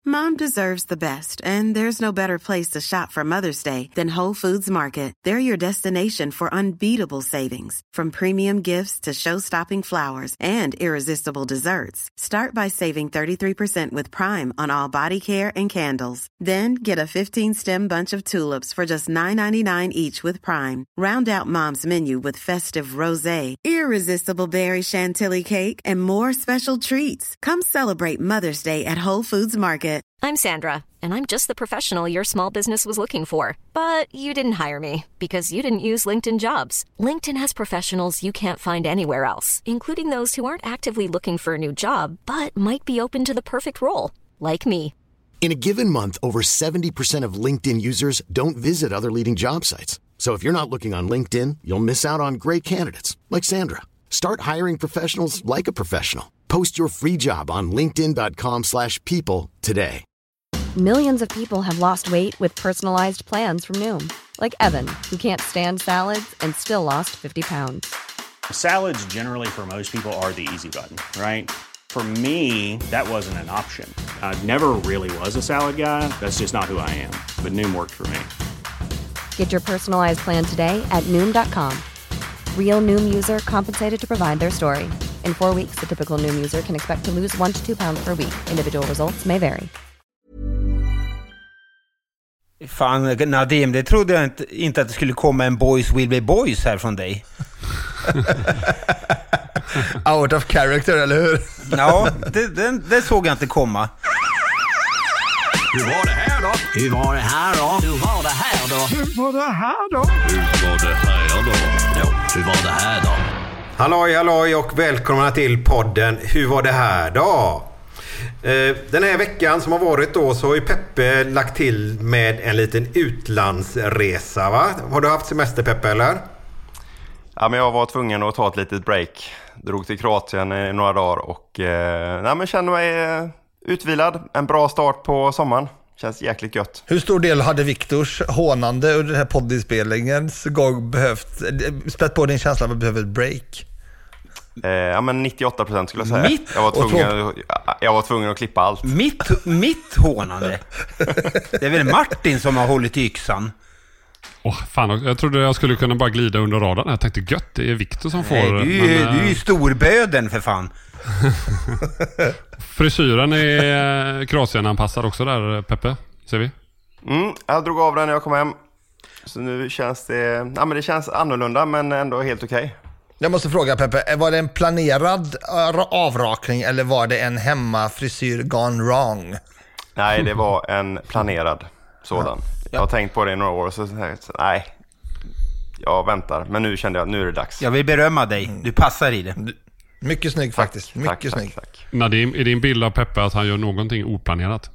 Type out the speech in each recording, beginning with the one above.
Mom deserves the best, and there's no better place to shop for Mother's Day than Whole Foods Market. They're your destination for unbeatable savings, from premium gifts to show-stopping flowers and irresistible desserts. Start by saving 33% with Prime on all body care and candles. Then get a 15-stem bunch of tulips for just $9.99 each with Prime. Round out Mom's menu with festive rosé, irresistible berry chantilly cake, and more special treats. Come celebrate Mother's Day at Whole Foods Market. I'm Sandra, and I'm just the professional your small business was looking for. But you didn't hire me because you didn't use LinkedIn Jobs. LinkedIn has professionals you can't find anywhere else, including those who aren't actively looking for a new job, but might be open to the perfect role, like me. In a given month, over 70% of LinkedIn users don't visit other leading job sites. So if you're not looking on LinkedIn, you'll miss out on great candidates, like Sandra. Start hiring professionals like a professional. Post your free job on linkedin.com/people today. Millions of people have lost weight with personalized plans from Noom. Like Evan, who can't stand salads and still lost 50 pounds. Salads generally for most people are the easy button, right? For me, that wasn't an option. I never really was a salad guy. That's just not who I am. But Noom worked for me. Get your personalized plan today at Noom.com. Real Noom user compensated to provide their story. In 4 weeks, the typical Noom user can expect to lose 1 to 2 pounds per week. Individual results may vary. Fan, Nadim, det trodde jag inte att det skulle komma en Boys Will Be Boys här från dig. Out of character, eller hur? Ja, det såg jag inte komma. Hur var det här då? Hur var det här då? Hur var det här då? Hur var det här då? Hur var det här då? Ja, hur var det här då? Halloj och välkomna till podden Hur var det här då? Den här veckan som har varit då så har ju Peppe lagt till med en liten utlandsresa, va? Har du haft semester, Peppe, eller? Ja, men jag var tvungen att ta ett litet break. Drog till Kroatien i några dagar och kände mig utvilad. En bra start på sommaren. Känns jäkligt gött. Hur stor del hade Viktors hånande under den här poddinspelningens gång behövt spett på din känsla av att behöva ett break? Men 98% skulle jag säga. Jag var tvungen att klippa allt. Mitt hånande. Det är väl Martin som har hållit i yxan. Fan, jag trodde jag skulle kunna bara glida under radarn. Jag tänkte gött, det är Viktor som får. Du är ju storböden för fan. Frisyren är Kroatien-anpassad också där, Peppe, ser vi. Jag drog av den när jag kom hem. Så nu känns det... Ja, men det känns annorlunda, men ändå helt okej. Jag måste fråga, Peppe, var det en planerad avrakning eller var det en hemmafrisyr gone wrong? Nej, det var en planerad sådan. Jag har tänkt på det i några år så nej, jag väntar. Men nu kände jag att nu är det dags. Jag vill berömma dig, du passar i det. Mycket snygg faktiskt, mycket snygg. Tack. Nadim, är din bild av Peppe att han gör någonting oplanerat?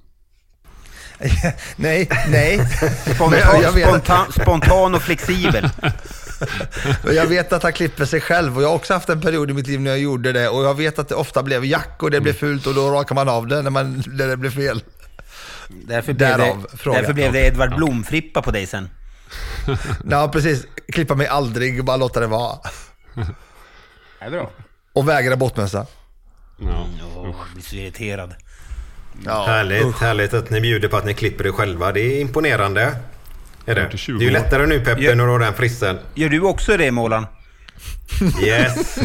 Nej. Spontan och flexibel. Jag vet att han klipper sig själv och jag har också haft en period i mitt liv när jag gjorde det och jag vet att det ofta blev jack och det blev fult och då rakar man av det när det blev fel. Därför blev det Edvard Blom-frippa på dig sen. Ja, precis. Klippa mig aldrig, bara låta det vara. Det är bra. Och vägra båtmössa. Jag blir så irriterad. Ja, härligt att ni bjuder på att ni klipper det själva. Det är imponerande. Är det är ju lättare nu, Peppe, när du har den fristen. Gör du också det, Målan? Yes.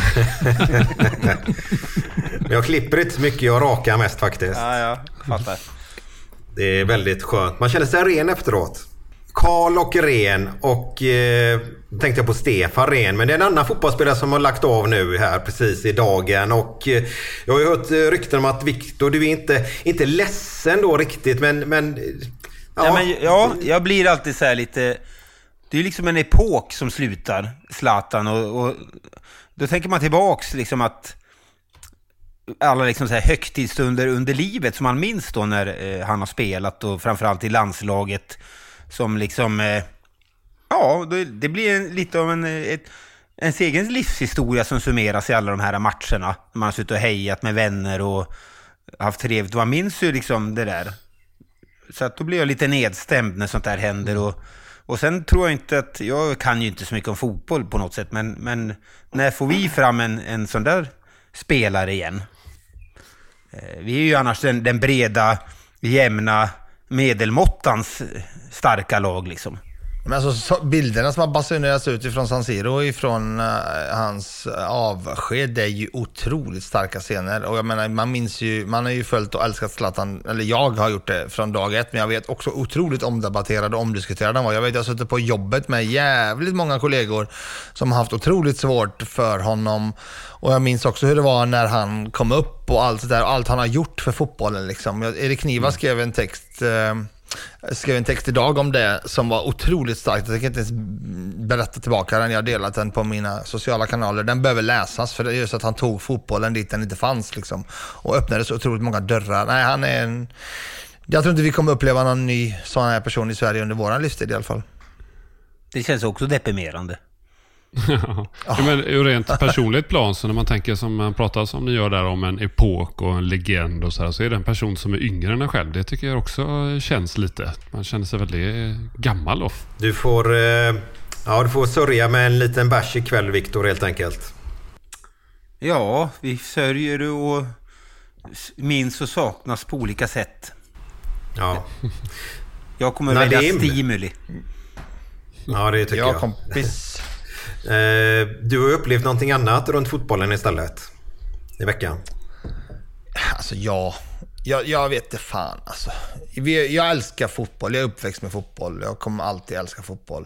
Jag klipper inte så mycket, jag rakar mest faktiskt. Ja, fattar. Det är väldigt skönt. Man känner sig ren efteråt. Karl och Ren och tänkte jag på Stefan Ren, men det är en annan fotbollsspelare som har lagt av nu här precis i dagen och jag har ju hört rykten om att Viktor, du är inte ledsen då riktigt, men jag blir alltid så här lite, det är liksom en epok som slutar, Zlatan, och då tänker man tillbaks liksom att alla liksom så här högtidsstunder under livet som man minns då när han har spelat och framförallt i landslaget som liksom det blir lite av ens egen livshistoria som summeras i alla de här matcherna. Man har suttit och hejat med vänner och haft trevligt. Man minns ju liksom det där. Så att då blir jag lite nedstämd när sånt där händer och sen tror jag inte att jag kan ju inte så mycket om fotboll på något sätt, men när får vi fram en sån där spelare igen? Vi är ju annars den breda jämna medelmåttans starka lag liksom. Men alltså bilderna som har basunerats ut ifrån San Siro ifrån hans avsked är ju otroligt starka scener. Och jag menar, man har ju följt och älskat Zlatan, eller jag har gjort det från dag ett, men jag vet också otroligt omdebatterad och omdiskuterad han var. Jag vet, jag har suttit på jobbet med jävligt många kollegor som har haft otroligt svårt för honom. Och jag minns också hur det var när han kom upp och allt det där, allt han har gjort för fotbollen liksom. Erik Niva skrev en text idag om det som var otroligt starkt. Jag kan inte ens berätta tillbaka den. Jag har delat den på mina sociala kanaler. Den behöver läsas för det är just att han tog fotbollen dit den inte fanns liksom. Och öppnade så otroligt många dörrar. Nej, jag tror inte vi kommer uppleva någon ny sån här person i Sverige under våran livstid i alla fall. Det känns också deprimerande. Ja, men rent personligt plan, så när man tänker som man pratar som ni gör där om en epok och en legend och så här, så är det en person som är yngre än en själv. Det tycker jag också känns lite. Man känner sig väldigt gammal då. Du får sörja med en liten bärs ikväll, Viktor, helt enkelt. Ja, vi sörjer och minns och saknas på olika sätt. Ja. Jag kommer välja stimuli. Ja, det tycker jag. Kompis. Du har upplevt någonting annat runt fotbollen istället i veckan. Alltså jag vet inte fan alltså. Jag älskar fotboll, jag är uppväxt med fotboll. Jag kommer alltid älska fotboll.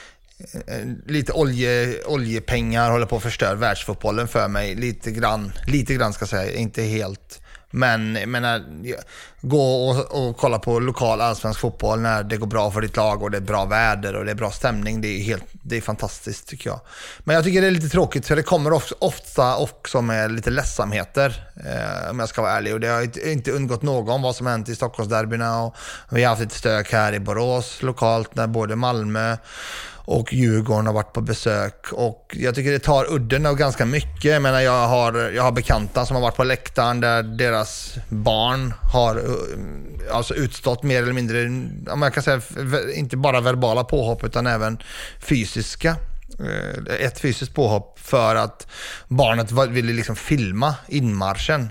Lite oljepengar håller på att förstöra världsfotbollen för mig. Lite grann ska jag säga, inte helt. Men jag menar, gå och kolla på lokal allsvensk fotboll när det går bra för ditt lag och det är bra väder och det är bra stämning, det är fantastiskt tycker jag. Men jag tycker det är lite tråkigt för det kommer ofta också med lite ledsamheter, om jag ska vara ärlig. Och det har inte undgått någon vad som hänt i Stockholmsderbyna, och vi har haft ett stök här i Borås lokalt när både Malmö och Djurgården har varit på besök, och jag tycker det tar udden av ganska mycket. Jag menar, jag har bekanta som har varit på läktaren där deras barn har alltså utstått mer eller mindre, om jag kan säga, inte bara verbala påhopp utan även fysiska. Ett fysiskt påhopp för att barnet ville liksom filma inmarschen.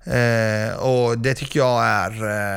Och det tycker jag är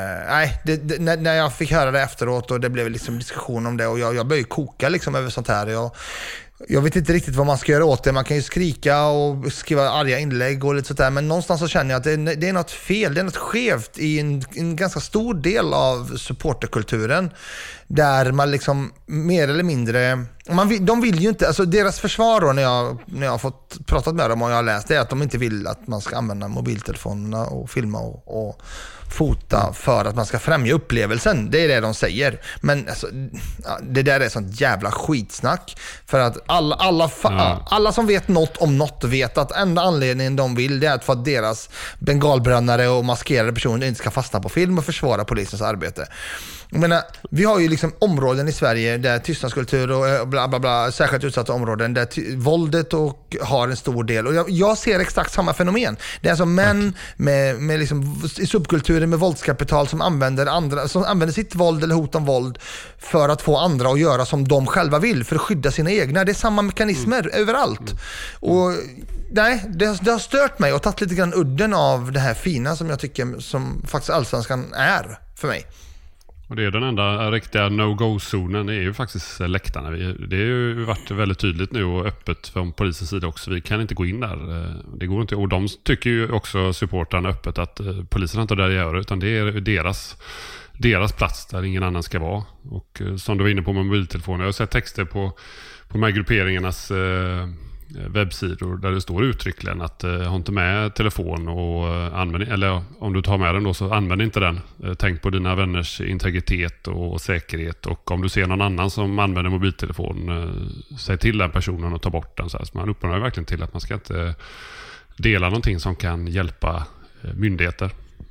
när jag fick höra det efteråt och det blev liksom diskussion om det, och jag började koka liksom över sånt här. Jag vet inte riktigt vad man ska göra åt det. Man kan ju skrika och skriva arga inlägg och lite sånt där, men någonstans så känner jag att det är något fel, det är något skevt i en ganska stor del av supporterkulturen, där man liksom mer eller mindre, de vill ju inte, alltså deras försvar då, när jag har fått pratat med dem och jag har läst det, är att de inte vill att man ska använda mobiltelefonerna och filma och fota för att man ska främja upplevelsen. Det är det de säger. Men alltså, det där är sånt jävla skitsnack. För att alla som vet något om något vet att enda anledningen de vill, det är att för att deras bengalbrännare och maskerade personer inte ska fastna på film och försvara polisens arbete. Jag menar, vi har ju liksom områden i Sverige där tystnadskultur och bla bla bla, särskilt utsatta områden där våldet och har en stor del. Och jag ser exakt samma fenomen. Det är alltså män med liksom i subkulturen med våldskapital som använder sitt våld eller hot om våld för att få andra att göra som de själva vill, för att skydda sina egna. Det är samma mekanismer överallt. Och nej, det har stört mig och tagit lite grann udden av det här fina som jag tycker som faktiskt allsvenskan är för mig. Och det är den enda riktiga no-go-zonen är ju faktiskt läktarna. Det har ju varit väldigt tydligt nu och öppet från polisens sida också. Vi kan inte gå in där. Det går inte. Och de tycker ju också, supportarna, öppet att polisen inte är där att göra, utan det är deras plats där ingen annan ska vara. Och som du var inne på med mobiltelefoner, jag har sett texter på de här grupperingarnas webbsidor där det står uttryckligen att ha inte med telefon och använd, eller om du tar med den då, så använd inte den. Tänk på dina vänners integritet och säkerhet, och om du ser någon annan som använder mobiltelefon, säg till den personen och ta bort den. Så man uppmanar verkligen till att man ska inte dela någonting som kan hjälpa myndigheter.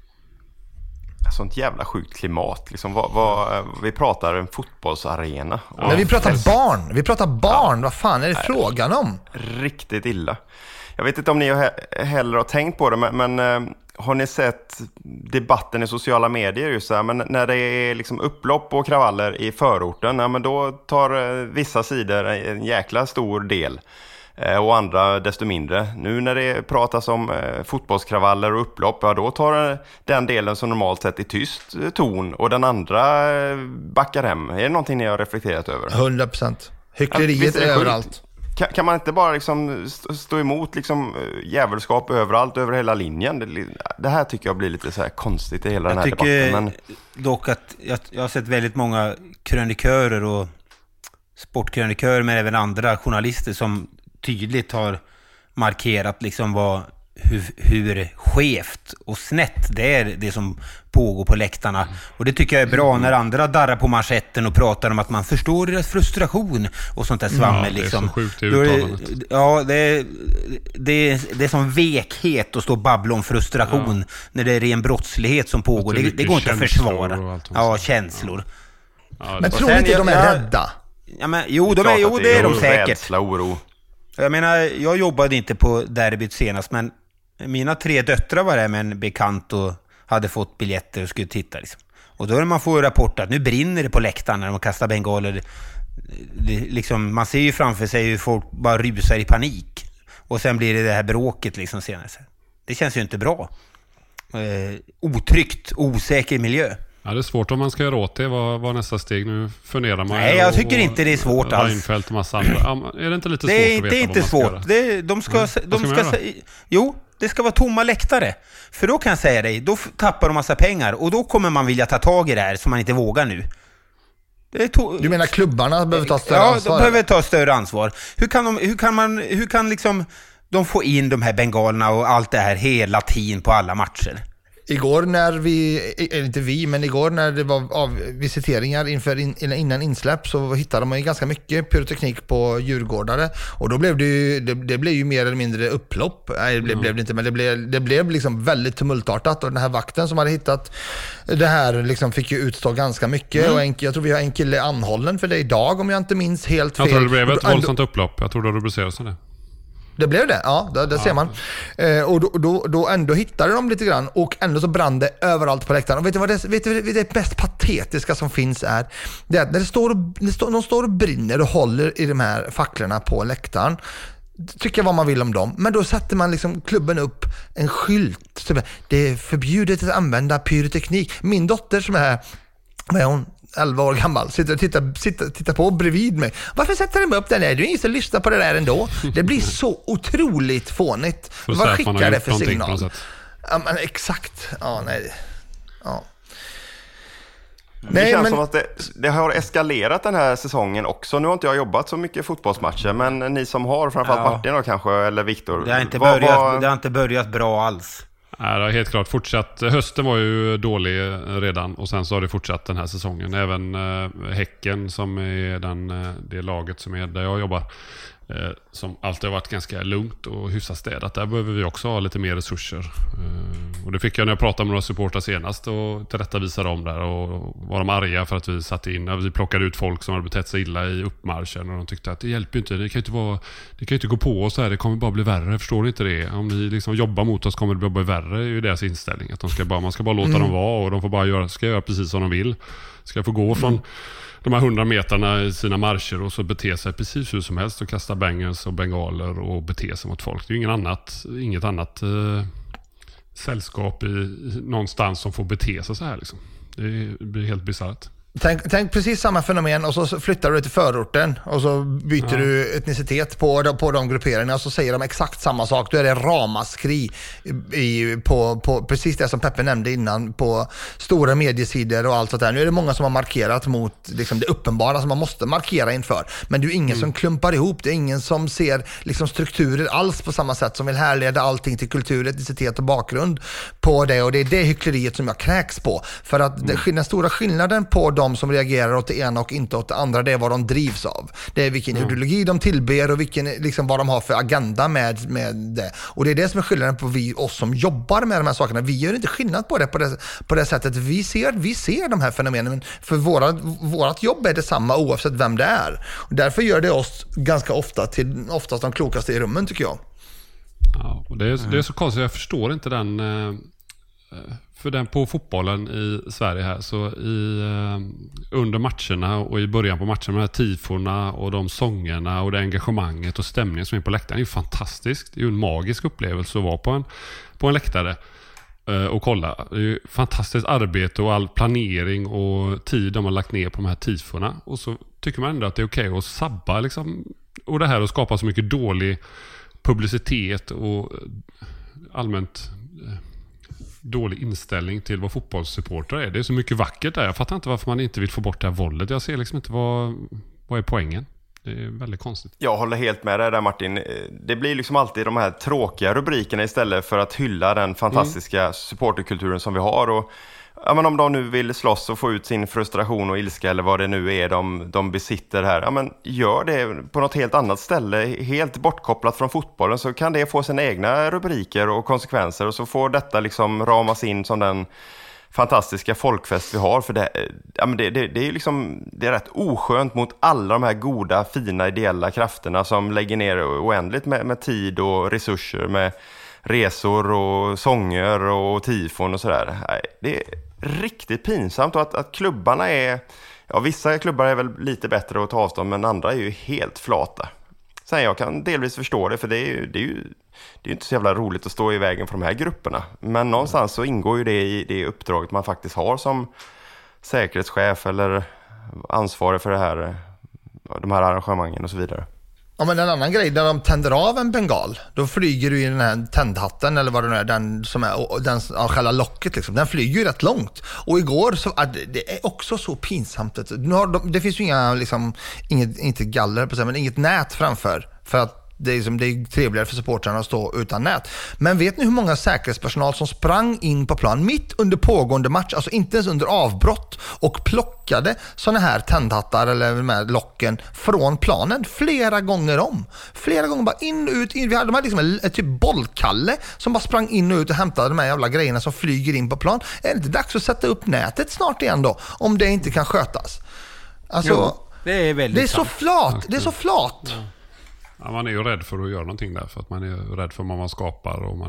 Sånt jävla sjukt klimat liksom. Vi pratar en fotbollsarena. Men vi pratar barn. Vad fan är det frågan om? Riktigt illa. Jag vet inte om ni heller har tänkt på det, men har ni sett debatten i sociala medier just så här, men när det är liksom upplopp och kravaller i förorten, men då tar vissa sidor en jäkla stor del. och andra desto mindre. Nu när det pratas om fotbollskravaller och upplopp, ja, då tar den delen som normalt sett är tyst ton och den andra backar hem. Är det någonting ni har reflekterat över? 100%. Hyckleriet är överallt. Kan man inte bara liksom stå emot liksom jävelskap överallt, över hela linjen? Det här tycker jag blir lite så här konstigt i hela den här debatten. Men... dock att jag har sett väldigt många krönikörer och sportkrönikörer, men även andra journalister som tydligt har markerat liksom hur skevt och snett det är det som pågår på läktarna. Och det tycker jag är bra när andra darrar på manschetten och pratar om att man förstår deras frustration och sånt där svammel. Ja, liksom. Det är så sjukt i uttalandet. Ja, det är som vekhet att stå och babbla om frustration när det är ren brottslighet som pågår. Det går inte att försvara. Ja, känslor. Ja, men tror inte de är rädda? Ja, men, det är de säkert. Rädsla, oro. Jag menar, jag jobbade inte på derbyt senast, men mina 3 döttrar var där med en bekant och hade fått biljetter och skulle titta liksom. Och då när man får rapport att nu brinner det på läktaren när de kastar bengaler, liksom, man ser ju framför sig hur folk bara rusar i panik och sen blir det här bråket liksom senare. Det känns ju inte bra. Otryggt, osäker miljö. Ja, det är svårt om man ska göra åt det. Vad nästa steg? Nu funderar man. Nej, jag tycker inte det är svårt alls. Reinfeldt och massa andra. Är det inte lite svårt att veta det är inte svårt. Jo, det ska vara tomma läktare. För då kan jag säga dig, då tappar de massa pengar och då kommer man vilja ta tag i det här som man inte vågar nu. Du menar klubbarna behöver ta större ansvar? Ja, de behöver ta större ansvar. Hur kan liksom de få in de här bengalerna och allt det här hela tiden på alla matcher? Igår när det var visiteringar innan insläpp så hittade man ju ganska mycket pyroteknik på djurgårdare och då blev det blev ju mer eller mindre upplopp. Nej, det blev det inte, men det blev liksom väldigt tumultartat och den här vakten som hade hittat det här liksom fick ju utstå ganska mycket och jag tror vi har en kille anhållen för det idag om jag inte minns helt fel. Jag tror det blev ett våldsamt upplopp. Jag tror det rubricerades som det. Det blev det, ja, det ser man. Och då ändå hittade de lite grann och ändå så brann det överallt på läktaren. Och vet du det mest patetiska som finns är det att när de står och brinner och håller i de här facklorna på läktaren, tycker vad man vill om dem, men då sätter man liksom klubben upp en skylt så det är förbjudet att använda pyroteknik. Min dotter som är hon 11 år gammal sitter och tittar på bredvid mig. Varför sätter de upp den där? Du är ingen som lyssnar på det där ändå. Det blir så otroligt fånigt. Vad skickar det för signal? Ja, men exakt. Ja, nej. Ja. Det känns som att det har eskalerat den här säsongen också. Nu har inte jag jobbat så mycket fotbollsmatcher, men ni som har, framförallt Martin då kanske, eller Viktor. Det har inte börjat bra alls. Nej, det har helt klart fortsatt. Hösten var ju dålig redan och sen så har det fortsatt den här säsongen. Även Häcken som är det laget som är där jag jobbar, som alltid har varit ganska lugnt och hyfsat städat. Där behöver vi också ha lite mer resurser. Och det fick jag när jag pratade med några supportrar senast och tillrättavisade om där och var de arga för att vi satte in, vi plockade ut folk som hade betett sig illa i uppmarschen och de tyckte att det hjälper inte, det kan ju inte gå på oss här, det kommer bara bli värre, förstår ni inte det? Om ni liksom jobbar mot oss kommer det bli värre, är ju deras inställning, att man ska bara låta dem vara och de får bara göra precis som de vill. Ska få gå från de här 100 meterna i sina marscher och så bete sig precis hur som helst och kasta bangers och bengaler och bete sig mot folk. Det är ju inget annat sällskap någonstans som får bete sig så här liksom. Det blir helt bisarrt. Tänk precis samma fenomen och så flyttar du till förorten och så byter du etnicitet på de grupperingarna och så säger de exakt samma sak. Då är det ramaskri på precis det som Peppe nämnde innan, på stora mediesidor och allt sånt där. Nu är det många som har markerat mot liksom det uppenbara som man måste markera inför. Men det är ingen som klumpar ihop. Det är ingen som ser liksom strukturer alls på samma sätt, som vill härleda allting till kultur, etnicitet och bakgrund på det. Och det är det hyckleriet som jag kräks på. För att den stora skillnaden på de som reagerar åt det ena och inte åt det andra, det är vad de drivs av. Det är vilken ideologi de tillber och liksom vad de har för agenda med det. Och det är det som är skillnaden på oss som jobbar med de här sakerna. Vi gör inte skillnad på det sättet. Vi ser de här fenomenen, men för vårat jobb är det samma oavsett vem det är. Och därför gör det oss ganska ofta till oftast de klokaste i rummen, tycker jag. Ja, och det är så konstigt. Jag förstår inte den för den på fotbollen i Sverige här, så under matcherna och i början på matcherna, de här tiforna och de sångerna och det engagemanget och stämningen som är på läktaren är ju fantastiskt. Det är ju en magisk upplevelse att vara på en läktare och kolla. Det är ju fantastiskt arbete och all planering och tid de har lagt ner på de här tiforna, och så tycker man ändå att det är okej att sabba liksom, och det här att skapa så mycket dålig publicitet och allmänt dålig inställning till vad fotbollssupportrar är. Det är så mycket vackert där. Jag fattar inte varför man inte vill få bort det här våldet. Jag ser liksom inte vad är poängen. Det är väldigt konstigt. Jag håller helt med dig där, Martin. Det blir liksom alltid de här tråkiga rubrikerna istället för att hylla den fantastiska supporterkulturen som vi har. Och ja, men om de nu vill slåss och få ut sin frustration och ilska eller vad det nu är de besitter här, ja, men gör det på något helt annat ställe, helt bortkopplat från fotbollen, så kan det få sina egna rubriker och konsekvenser, och så får detta liksom ramas in som den fantastiska folkfest vi har. För det är liksom, det är rätt oskönt mot alla de här goda, fina, ideella krafterna som lägger ner oändligt med tid och resurser, med resor och sånger och tifon och sådär. Det är riktigt pinsamt, och att klubbarna är, ja, vissa klubbar är väl lite bättre att ta avstånd, men andra är ju helt flata. Sen jag kan delvis förstå det, för det är ju inte så jävla roligt att stå i vägen för de här grupperna. Men någonstans så ingår ju det i det uppdraget man faktiskt har som säkerhetschef eller ansvarig för de här arrangemangen och så vidare. Ja, men en annan grej, när de tänder av en bengal, då flyger du i den här tändhatten eller vad det är, den som är den själva locket liksom, den flyger ju rätt långt. Och igår så det är också så pinsamt. Det finns ju inga liksom, inte galler på sig, men inget nät framför, för att det är trevligare för supportrarna att stå utan nät. Men vet ni hur många säkerhetspersonal som sprang in på plan mitt under pågående match, alltså inte ens under avbrott, och plockade såna här tändhattar eller med locken från planen flera gånger om. Flera gånger bara in och ut. Vi hade liksom ett typ bollkalle som bara sprang in och ut och hämtade de här jävla grejerna som flyger in på plan. Är det inte dags att sätta upp nätet snart igen då, om det inte kan skötas? Alltså, jo, det är väldigt så flat. Det är så flat. Ja. Ja, man är ju rädd för att göra någonting där, för att man är rädd för vad man skapar, och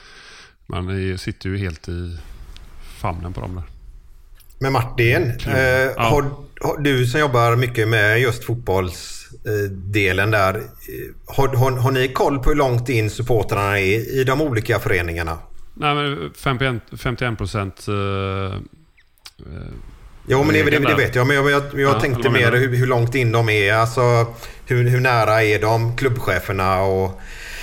man sitter ju helt i famnen på dem där. Men Martin, har du som jobbar mycket med just fotbollsdelen där, har ni koll på hur långt in supportrarna är i de olika föreningarna? Nej, men 51%. Jo, men det vet jag. Men jag tänkte mer hur långt in de är. Alltså, hur nära är de klubbcheferna och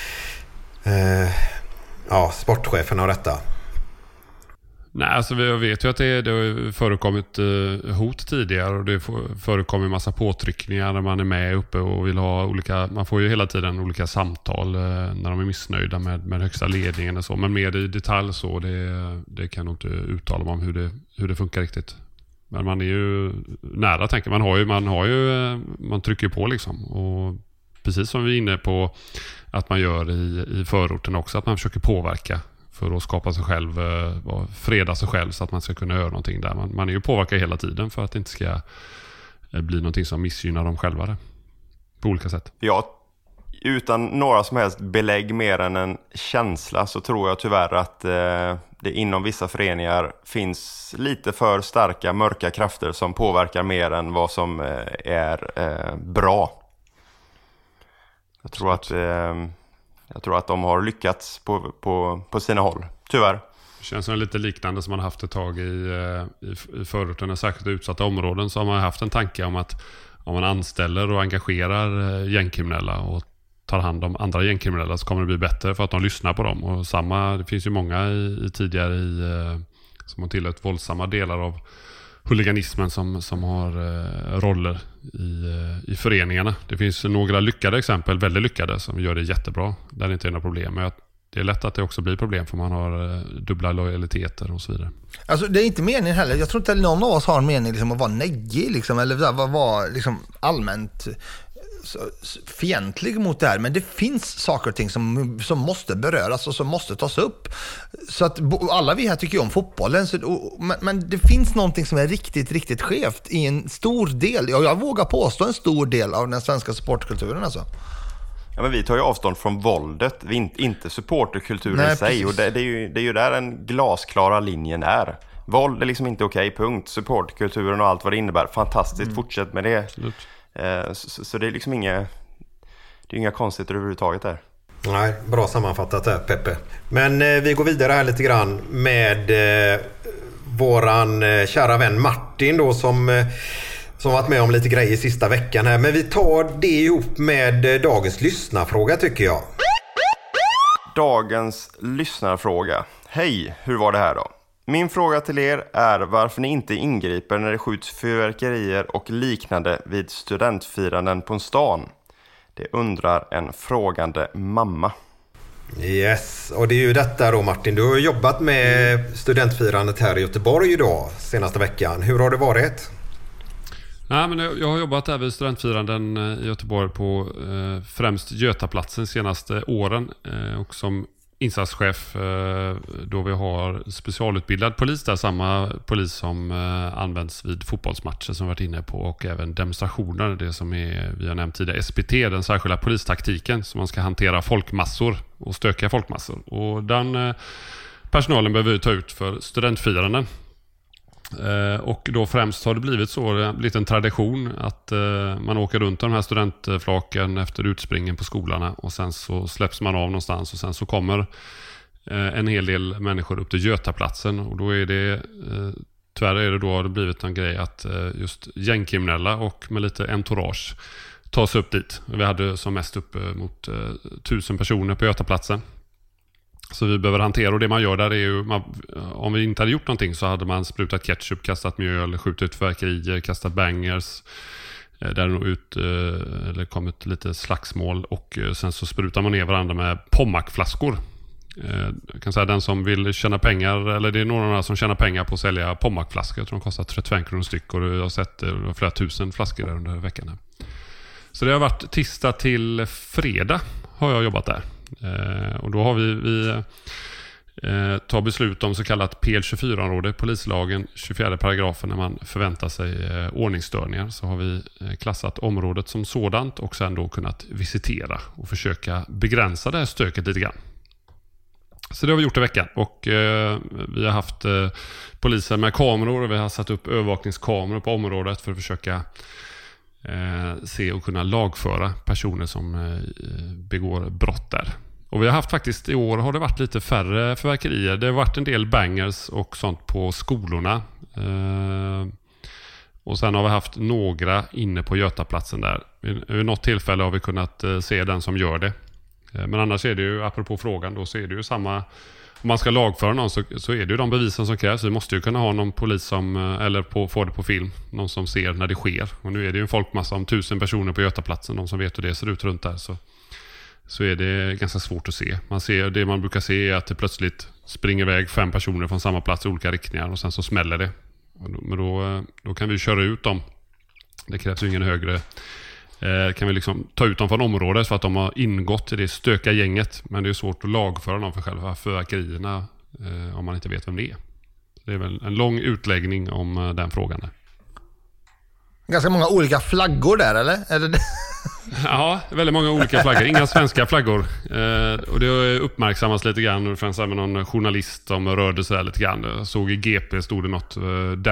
sportcheferna och detta? Nej, alltså jag vet ju att det har förekommit hot tidigare, och det förekommer en massa påtryckningar när man är med uppe och vill ha olika, man får ju hela tiden olika samtal när de är missnöjda med högsta ledningen och så, men mer i detalj så, det kan nog inte uttala mig om hur det funkar riktigt. Men man är ju nära, tänker man trycker på liksom, och precis som vi är inne på att man gör i förorten också, att man försöker påverka för att skapa sig själv, freda sig själv så att man ska kunna göra någonting där. Man är ju påverkad hela tiden för att det inte ska bli någonting som missgynnar dem själva där, på olika sätt. Ja, utan några som helst belägg mer än en känsla, så tror jag tyvärr att det inom vissa föreningar finns lite för starka mörka krafter som påverkar mer än vad som är bra. Jag tror att de har lyckats på sina håll, tyvärr. Det känns som lite liknande som man haft ett tag i förorten, särskilt utsatta områden, så har man haft en tanke om att om man anställer och engagerar gängkriminella och tar hand om andra gängkriminella, så kommer det bli bättre för att de lyssnar på dem. Och det finns ju många tidigare som har tillhört våldsamma delar av huliganismen som har roller i föreningarna. Det finns några lyckade exempel, väldigt lyckade, som gör det jättebra, där det inte är några problem. Men det är lätt att det också blir problem för man har dubbla lojaliteter och så vidare. Alltså det är inte meningen heller. Jag tror inte någon av oss har en mening liksom, att vara neggig liksom, eller vara liksom, allmänt fientlig mot det här, men det finns saker och ting som måste beröras och som måste tas upp. Så att alla vi här tycker ju om fotbollen, men det finns någonting som är riktigt, riktigt skevt i en stor del, och jag vågar påstå en stor del av den svenska sportkulturen alltså. Ja, men vi tar ju avstånd från våldet, inte supporterkulturen i sig. Och det är ju där den glasklara linjen är. Våld är liksom inte okej, punkt. Supporterkulturen och allt vad det innebär, fantastiskt, fortsätt med det. Så det är liksom inga konstigheter överhuvudtaget där. Nej, bra sammanfattat där, Peppe. Men vi går vidare här lite grann med våran kära vän Martin då, som varit med om lite grejer sista veckan här. Men vi tar det ihop med dagens lyssnarfråga, tycker jag. Dagens lyssnarfråga. Hej, hur var det här då? Min fråga till er är varför ni inte ingriper när det skjuts fyrverkerier och liknande vid studentfiranden på en stan. Det undrar en frågande mamma. Yes, och det är ju detta då, Martin. Du har jobbat med studentfirandet här i Göteborg idag senaste veckan. Hur har det varit? Nej, men jag har jobbat här vid studentfiranden i Göteborg på främst Götaplatsen senaste åren och som insatschef då vi har specialutbildad polis där, samma polis som används vid fotbollsmatcher som vi varit inne på, och även demonstrationer, det som vi har nämnt tidigare, SPT, den särskilda polistaktiken som man ska hantera folkmassor och stöka folkmassor, och den personalen behöver vi ta ut för studentfiranden. Och då främst har det blivit en tradition att man åker runt de här studentflaken efter utspringen på skolorna, och sen så släpps man av någonstans, och sen så kommer en hel del människor upp till Götaplatsen, och då är det tyvärr är det då har det blivit en grej att just gängkriminella och med lite entourage tas upp dit. Vi hade som mest upp mot 1000 personer på Götaplatsen. Så vi behöver hantera, och det man gör där är ju, om vi inte hade gjort någonting så hade man sprutat ketchup, kastat mjöl, skjutit fyrverkerier, kastat bangers, där det ut eller kommit lite slagsmål, och sen så sprutar man ner varandra med Pommac-flaskor. Jag kan säga den som vill tjäna pengar, eller det är några som tjänar pengar på att sälja Pommac-flaskor. Jag tror de kostar 35 kronor styck, och jag har sett flera tusen flaskor där under veckan. Så det har varit tisdag till fredag har jag jobbat där. Och då har vi tar beslut om så kallat PL24-område, polislagen 24 paragrafen, när man förväntar sig ordningsstörningar, så har vi klassat området som sådant och sen då kunnat visitera och försöka begränsa det här stöket lite grann. Så det har vi gjort i veckan, och vi har haft poliser med kameror, och vi har satt upp övervakningskameror på området för att försöka se och kunna lagföra personer som begår brott där. Och vi har haft faktiskt, i år har det varit lite färre fyrverkerier. Det har varit en del bangers och sånt på skolorna. Och sen har vi haft några inne på Götaplatsen där. Vid något tillfälle har vi kunnat se den som gör det. Men annars är det ju, apropå frågan då, så är det ju samma. Om man ska lagföra någon så är det ju de bevisen som krävs. Vi måste ju kunna ha någon polis som, eller få det på film, någon som ser när det sker. Och nu är det ju en folkmassa om 1000 personer på Götaplatsen, de som vet hur det ser ut runt där, så är det ganska svårt att se. Det man brukar se är att det plötsligt springer iväg 5 personer från samma plats i olika riktningar, och sen så smäller det. Men då kan vi köra ut dem. Det krävs ju ingen högre. Kan vi liksom ta ut dem från området för att de har ingått i det stöka gänget. Men det är svårt att lagföra dem för själva fyrverkerierna om man inte vet vem det är. Det är väl en lång utläggning om den frågan där. Ganska många olika flaggor där, eller? Är det? Ja, väldigt många olika flaggor. Inga svenska flaggor. Och det har uppmärksammats lite grann. Det fanns även någon journalist som rörde sig lite grann. Jag såg i GP stod det något.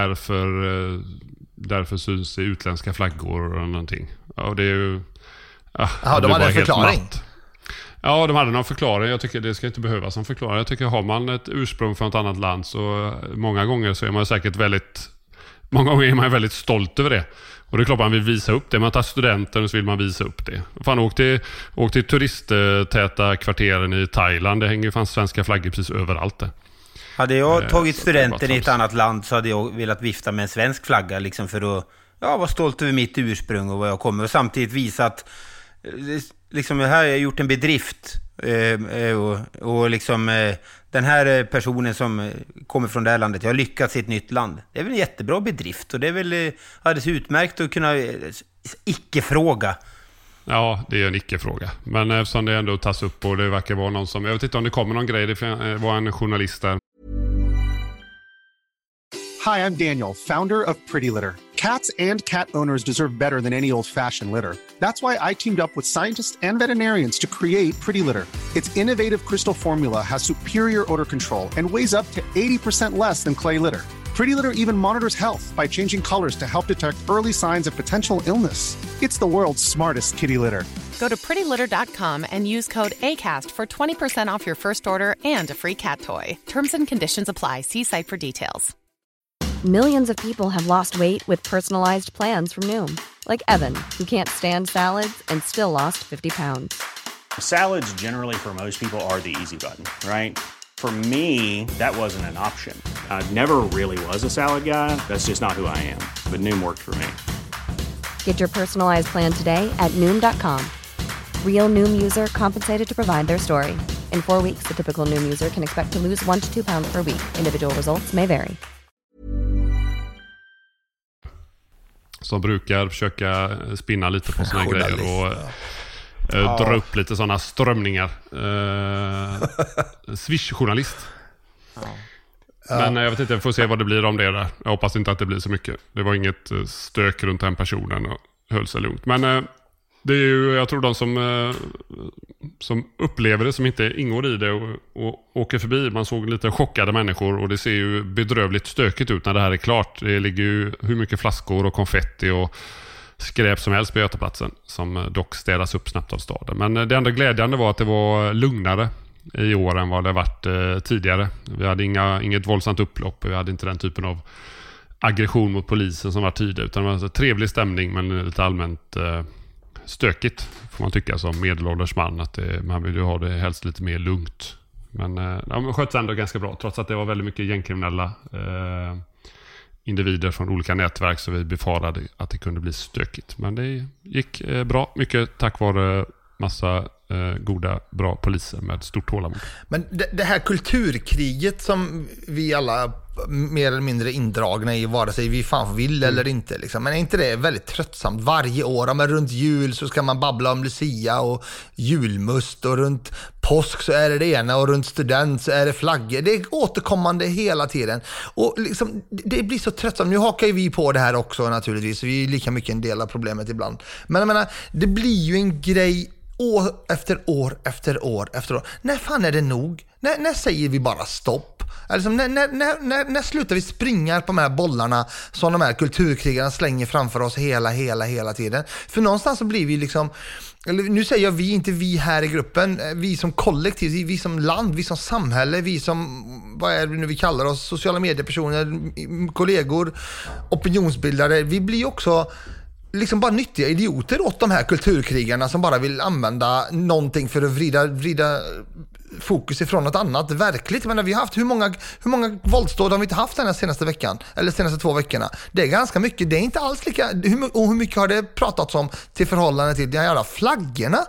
Därför syns utländska flaggor eller någonting. Ja, det är ju... Ja, de hade en förklaring. Ja, de hade någon förklaring. Jag tycker det ska inte behövas en förklaring. Jag tycker har man ett ursprung från ett annat land, så många gånger så är man säkert väldigt stolt över det. Och det är klart man vill visa upp det. Man tar studenten och så vill man visa upp det. Fan, åk till turisttäta kvarteren i Thailand. Det hänger ju fanns svenska flaggor precis överallt där. Hade jag tagit studenten i ett annat land så hade jag velat vifta med en svensk flagga liksom, för att vara stolt över mitt ursprung och vad jag kommer, och samtidigt visa att liksom, här har jag gjort en bedrift och liksom den här personen som kommer från det här landet, jag har lyckats i ett nytt land. Det är väl en jättebra bedrift, och det är väl alldeles utmärkt att kunna icke-fråga. Ja, det är en icke-fråga. Men eftersom det ändå tas upp, och det verkar vara någon som, jag vet inte om det kommer någon grej, det var en journalist där. Hi, I'm Daniel, founder of Pretty Litter. Cats and cat owners deserve better than any old-fashioned litter. That's why I teamed up with scientists and veterinarians to create Pretty Litter. Its innovative crystal formula has superior odor control and weighs up to 80% less than clay litter. Pretty Litter even monitors health by changing colors to help detect early signs of potential illness. It's the world's smartest kitty litter. Go to prettylitter.com and use code ACAST for 20% off your first order and a free cat toy. Terms and conditions apply. See site for details. Millions of people have lost weight with personalized plans from Noom. Like Evan, who can't stand salads and still lost 50 pounds. Salads generally for most people are the easy button, right? For me, that wasn't an option. I never really was a salad guy. That's just not who I am. But Noom worked for me. Get your personalized plan today at Noom.com. Real Noom user compensated to provide their story. In 4 weeks, the typical Noom user can expect to lose 1 to 2 pounds per week. Individual results may vary. Som brukar försöka spinna lite på såna grejer och dra upp lite sådana strömningar. Swish-journalist. Men jag vet inte, jag får se vad det blir om det där. Jag hoppas inte att det blir så mycket. Det var inget stök runt den personen och höll sig lugnt. Men det är ju, jag tror de som upplever det, som inte ingår i det och åker förbi. Man såg lite chockade människor och det ser ju bedrövligt stökigt ut när det här är klart. Det ligger ju hur mycket flaskor och konfetti och skräp som helst på Götaplatsen, som dock städas upp snabbt av staden. Men det enda glädjande var att det var lugnare i år än vad det varit tidigare. Vi hade inget våldsamt upplopp. Vi hade inte den typen av aggression mot polisen som var tidigare, utan det var en trevlig stämning, men lite allmänt stökigt får man tycka som medelålders man, att man vill ju ha det helst lite mer lugnt. Men man sköts ändå ganska bra, trots att det var väldigt mycket gängkriminella individer från olika nätverk, så vi befarade att det kunde bli stökigt. Men det gick bra, mycket tack vare massa goda, bra poliser med stort tålamod. Men det här kulturkriget som vi alla mer eller mindre indragna i, vare sig vi fan vill eller inte liksom. Men är inte det väldigt tröttsamt varje år? Men runt jul så ska man babbla om Lucia och julmust, och runt påsk så är det ena, och runt student så är det flaggor. Det är återkommande hela tiden. Och liksom, det blir så tröttsamt. Nu hakar ju vi på det här också naturligtvis. Vi är lika mycket en del av problemet ibland. Men jag menar, det blir ju en grej år efter år efter år efter år. När fan är det nog? När säger vi bara stopp? Alltså, när slutar vi springa på de här bollarna som de här kulturkrigarna slänger framför oss hela tiden? För någonstans så blir vi liksom, eller nu säger jag vi, inte vi här i gruppen, vi som kollektiv, vi som land, vi som samhälle, vi som, vad är det nu vi kallar oss, sociala mediepersoner, kollegor, opinionsbildare, vi blir också liksom bara nyttiga idioter åt de här kulturkrigarna som bara vill använda någonting för att vrida fokus ifrån något annat verkligt. Men vi har haft hur många våldsdåd har vi inte haft den här senaste veckan eller senaste 2 veckorna? Det är ganska mycket. Det är inte alls lika, hur mycket har det pratats om till förhållande till de här jävla flaggorna?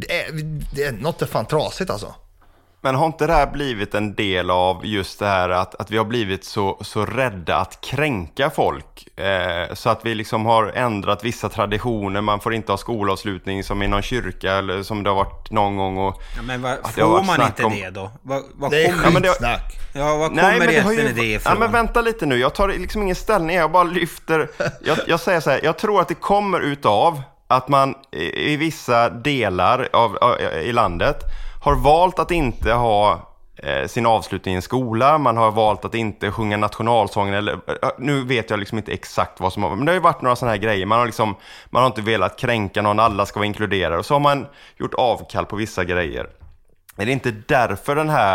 Det är något fan trasigt alltså. Men har inte det här blivit en del av just det här att vi har blivit så rädda att kränka folk? Så att vi liksom har ändrat vissa traditioner. Man får inte ha skolavslutning som i någon kyrka eller som det har varit någon gång. Och ja, men får man inte det då? Vad det är skitsnack. Ja, vad kommer resten det ifrån? Ja, men vänta lite nu. Jag tar liksom ingen ställning. Jag bara lyfter. Jag säger så här. Jag tror att det kommer utav att man i vissa delar i landet har valt att inte ha sin avslutning i en skola. Man har valt att inte sjunga nationalsången. Eller, nu vet jag liksom inte exakt vad som har... Men det har ju varit några sådana här grejer. Man har inte velat kränka någon. Alla ska vara inkluderade. Och så har man gjort avkall på vissa grejer. Är det inte därför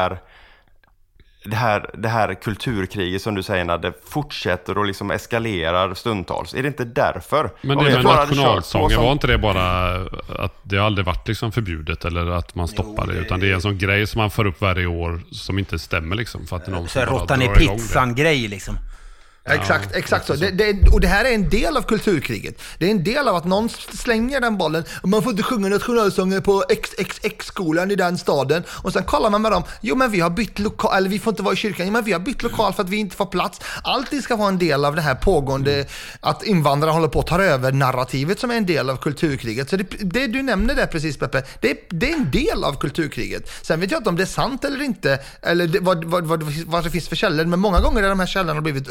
det här kulturkriget som du säger, när det fortsätter och liksom eskalerar stundtals? Är det inte därför? Men det med nationalsången, var inte det bara att det aldrig varit liksom förbjudet eller att man stoppar det, utan det är en sån grej som man får upp varje år som inte stämmer liksom, för att det är någon så råttan i pizzan grej liksom. Ja, exakt så. Och det här är en del av kulturkriget. Det är en del av att någon slänger den bollen och man får inte sjunga nationalsånger på XXX-skolan i den staden. Och sen kollar man med dem. Jo, men vi har bytt lokal, eller vi får inte vara i kyrkan. Jo, men vi har bytt lokal för att vi inte får plats. Allting ska vara en del av det här pågående att invandrare håller på att ta över narrativet som är en del av kulturkriget. Så det du nämner där precis, Peppe, det är en del av kulturkriget. Sen vet jag inte om det är sant eller inte, eller vad det finns för källor. Men många gånger är de här källorna blivit dubbel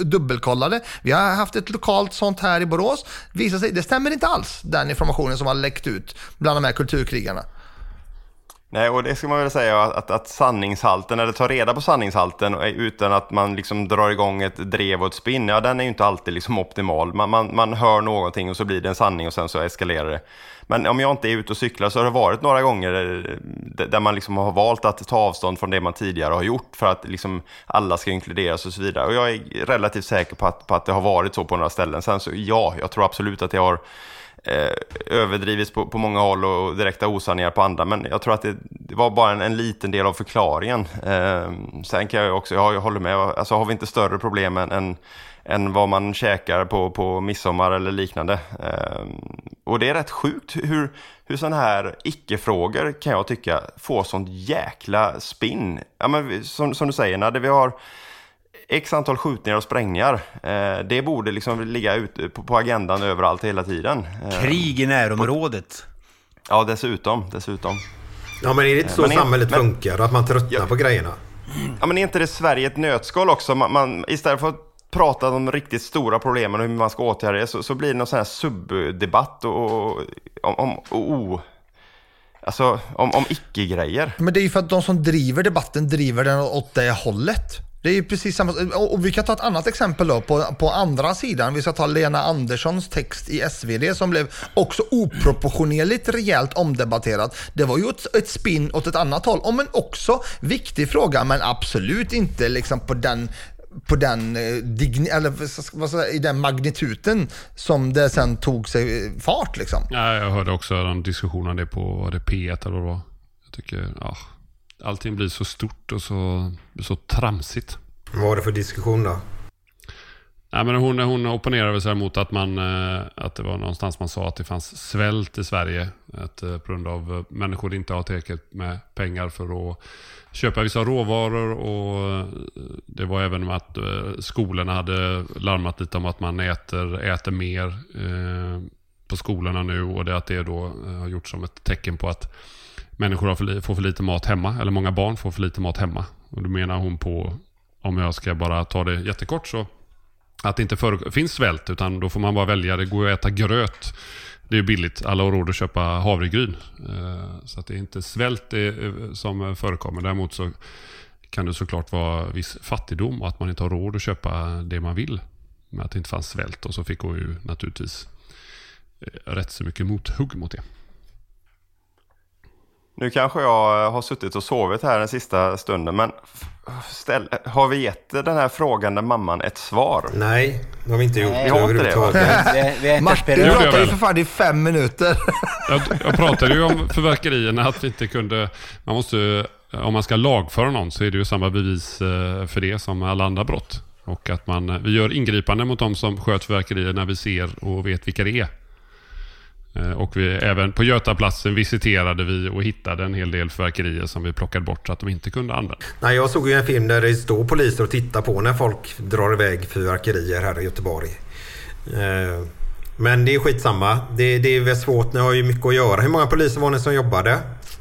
dubbelkollade. Vi har haft ett lokalt sånt här i Borås. Visar sig, det stämmer inte alls, den informationen som har läckt ut bland de här kulturkrigarna. Nej, och det ska man väl säga att sanningshalten, eller ta reda på sanningshalten utan att man liksom drar igång ett drev och ett spinn, ja, den är ju inte alltid liksom optimal. Man hör någonting och så blir det en sanning och sen så eskalerar det. Men om jag inte är ute och cyklar så har det varit några gånger där man liksom har valt att ta avstånd från det man tidigare har gjort för att liksom alla ska inkluderas och så vidare. Och jag är relativt säker på att det har varit så på några ställen. Sen så jag tror absolut att det har överdrivits på många håll och direkta osanningar på andra, men jag tror att det var bara en liten del av förklaringen. Sen kan jag också, jag håller med, alltså har vi inte större problem än vad man käkar på midsommar eller liknande. Och det är rätt sjukt hur sådana här icke-frågor, kan jag tycka, får sånt jäkla spinn. Ja, men som du säger, när vi har x antal skjutningar och sprängningar, det borde liksom ligga ute på agendan överallt hela tiden. Krig i närområdet. Ja, dessutom. Ja, men är det inte så samhället funkar? Att man tröttnar på grejerna? Ja, men är inte det Sverige ett nötskal också? Man istället för att prata om de riktigt stora problemen och hur man ska åtgärda det, så blir det någon sån här subdebatt om icke-grejer. Men det är ju för att de som driver debatten driver den åt det hållet. Det är ju precis samma. Och vi kan ta ett annat exempel då på andra sidan. Vi ska ta Lena Anderssons text i SvD som blev också oproportionerligt rejält omdebatterat. Det var ju ett spin åt ett annat håll. Om en också viktig fråga, men absolut inte liksom på den i den magnituden som det sen tog sig fart liksom. Ja, jag hörde också den diskussionen det på P1 eller vad det var. Jag tycker, allting blir så stort och så tramsigt. Vad var det för diskussion då? Nej, men hon opponerade sig mot att det var någonstans man sa att det fanns svält i Sverige. Att på grund av människor inte har tillräckligt med pengar för att köpa vissa råvaror, och det var även med att skolorna hade larmat lite om att man äter mer på skolorna nu, och det att det då har gjort som ett tecken på att människor får för lite mat hemma, eller många barn får för lite mat hemma. Och då menar hon på, om jag ska bara ta det jättekort, så att det inte finns svält, utan då får man bara välja. Det går att äta gröt, det är billigt, alla har råd att köpa havregryn, så att det är inte svält som förekommer. Däremot så kan det såklart vara viss fattigdom och att man inte har råd att köpa det man vill, med att det inte fanns svält. Och så fick hon ju naturligtvis rätt så mycket mothugg mot det. Nu kanske jag har suttit och sovit här den sista stunden, men har vi gett den här frågan där mamman ett svar? Nej, det har vi inte gjort. Vi har inte det. Martin, du pratade ju för fan i 5 minuter. Jag pratade ju om förverkerierna, att vi inte kunde... om man ska lagföra någon så är det ju samma bevis för det som alla andra brott. Och att vi gör ingripande mot de som sköt förverkerier när vi ser och vet vilka det är. Och även på Götaplatsen visiterade vi och hittade en hel del förverkerier som vi plockade bort så att de inte kunde använda. Nej, jag såg ju en film där det står poliser och tittar på när folk drar iväg förverkerier här i Göteborg. Men det är skitsamma. Det är väl svårt, ni har ju mycket att göra. Hur många poliser var ni som jobbade?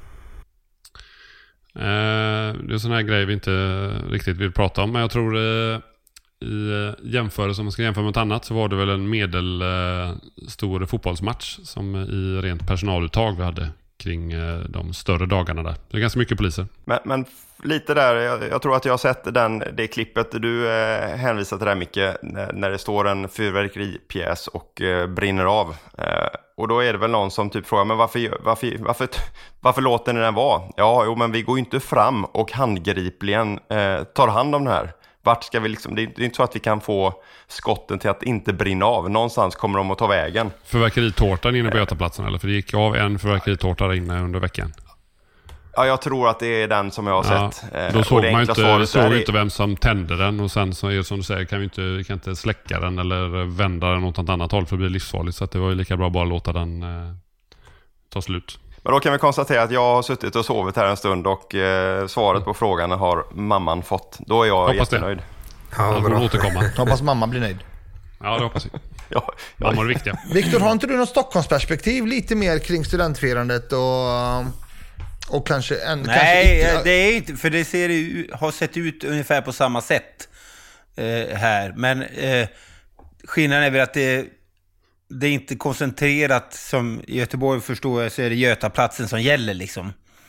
Det är sådana här grejer vi inte riktigt vill prata om, men jag tror i jämförelse, om man ska jämföra med något annat, så var det väl en medelstor fotbollsmatch som i rent personaluttag vi hade kring de större dagarna där. Det är ganska mycket poliser. Men lite där, jag tror att jag har sett det klippet du hänvisar till där, Micke, när det står en fyrverkeripjäs och brinner av. Och då är det väl någon som typ frågar, men varför låter ni den vara? Ja, men vi går ju inte fram och handgripligen tar hand om den här. Vart ska vi liksom, det är inte så att vi kan få skotten till att inte brinna av. Någonstans kommer de att ta vägen. Förverkeritårtan inne på Götaplatsen, eller? För det gick av en förverkeritårta där inne under veckan. Ja, jag tror att det är den som jag har sett. Då såg man inte vem som tände den. Och sen så är det som du säger, vi kan inte släcka den eller vända den åt något annat håll, för det blir livsfarligt. Så att det var ju lika bra bara låta den ta slut. Men då kan vi konstatera att jag har suttit och sovit här en stund och svaret på frågan har mamman fått. Då är jag jättenöjd. Hoppas mamma blir nöjd. Ja, det hoppas jag. Mamma är viktiga. Viktor, har inte du något Stockholmsperspektiv lite mer kring studentfirandet och kanske Nej, det är inte, för det har sett ut ungefär på samma sätt. här. Men skillnaden är väl att det är inte koncentrerat som i Göteborg, förstår jag, så är det Götaplatsen som gäller liksom.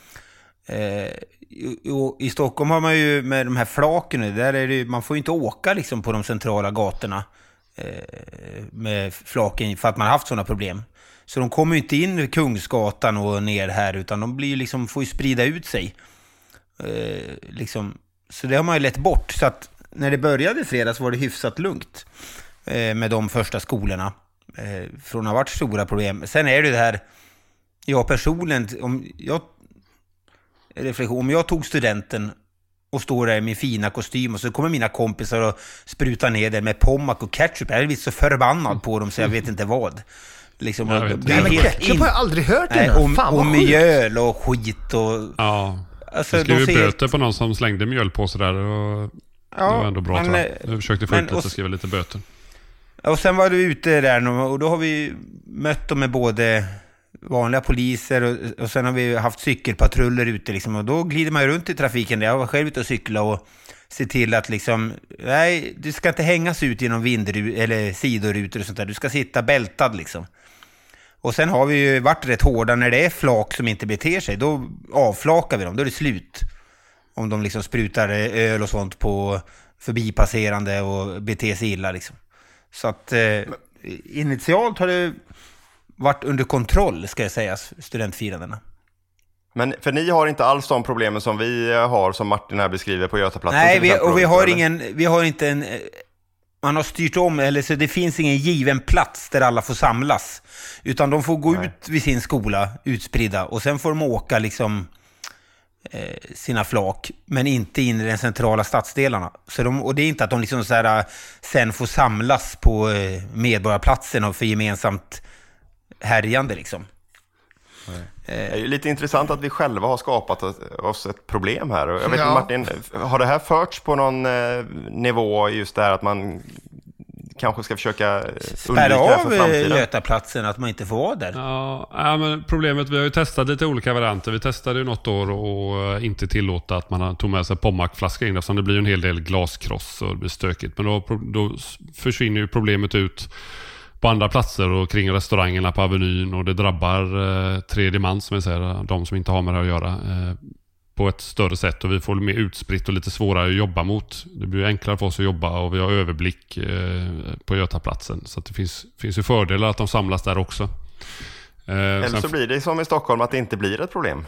I Stockholm har man ju med de här flaken, där är det, man får ju inte åka liksom på de centrala gatorna med flaken för att man har haft sådana problem. Så de kommer ju inte in i Kungsgatan och ner här, utan de blir liksom, får ju sprida ut sig. Liksom. Så det har man ju lett bort. Så att när det började i fredags var det hyfsat lugnt med de första skolorna. Från att ha varit stora problem. Sen är det här, jag personligen, om jag tog studenten och står där i min fina kostym och så kommer mina kompisar och sprutar ner den med pommack och ketchup. Jag är lite så förbannad på dem så jag vet inte vad. Liksom, men ketchup har jag aldrig hört innan. Och mjöl och skit och... Ja, alltså, det skulle ju böter på någon som slängde mjöl på sig där. Och det var ändå bra, tror jag. Jag försökte få ut lite och skriva lite böter. Och sen var du ute där och då har vi mött dem med både vanliga poliser och sen har vi haft cykelpatruller ute liksom, och då glider man runt i trafiken. Jag var själv ute och cykla och se till att liksom, nej, du ska inte hängas ut genom eller sidorutor och sånt där. Du ska sitta bältad liksom. Och sen har vi ju varit rätt hårda när det är flak som inte beter sig. Då avflakar vi dem, då är det slut. Om de liksom sprutar öl och sånt på förbipasserande och beter sig illa liksom. Så att initialt har det varit under kontroll, ska jag säga, studentfirandena. Men för ni har inte alls de problemen som vi har, som Martin här beskriver på Götaplatsen? Nej, vi har inte en... Man har styrt om, eller så det finns ingen given plats där alla får samlas. Utan de får gå ut vid sin skola, utspridda, och sen får de åka liksom sina flak, men inte in i den centrala stadsdelarna. Så och det är inte att de liksom så här, sen får samlas på Medborgarplatsen och för gemensamt härjande liksom. Det är ju lite intressant att vi själva har skapat oss ett problem här. Jag vet inte, Martin, har det här förts på någon nivå, just det här att man kanske ska försöka spärra av Götaplatsen, att man inte får vara där? Ja, men problemet, vi har ju testat lite olika varianter. Vi testade ju något år och inte tillåta att man tog med sig pommackflaska in, eftersom det blir en hel del glaskross och det blir stökigt. Men då försvinner ju problemet ut på andra platser och kring restaurangerna på Avenyn, och det drabbar tredje man, som jag säger, de som inte har med det att göra, på ett större sätt, och vi får mer utspritt och lite svårare att jobba mot. Det blir enklare för oss att jobba och vi har överblick på Götaplatsen, så att det finns ju fördelar att de samlas där också. Eller så blir det som i Stockholm, att det inte blir ett problem.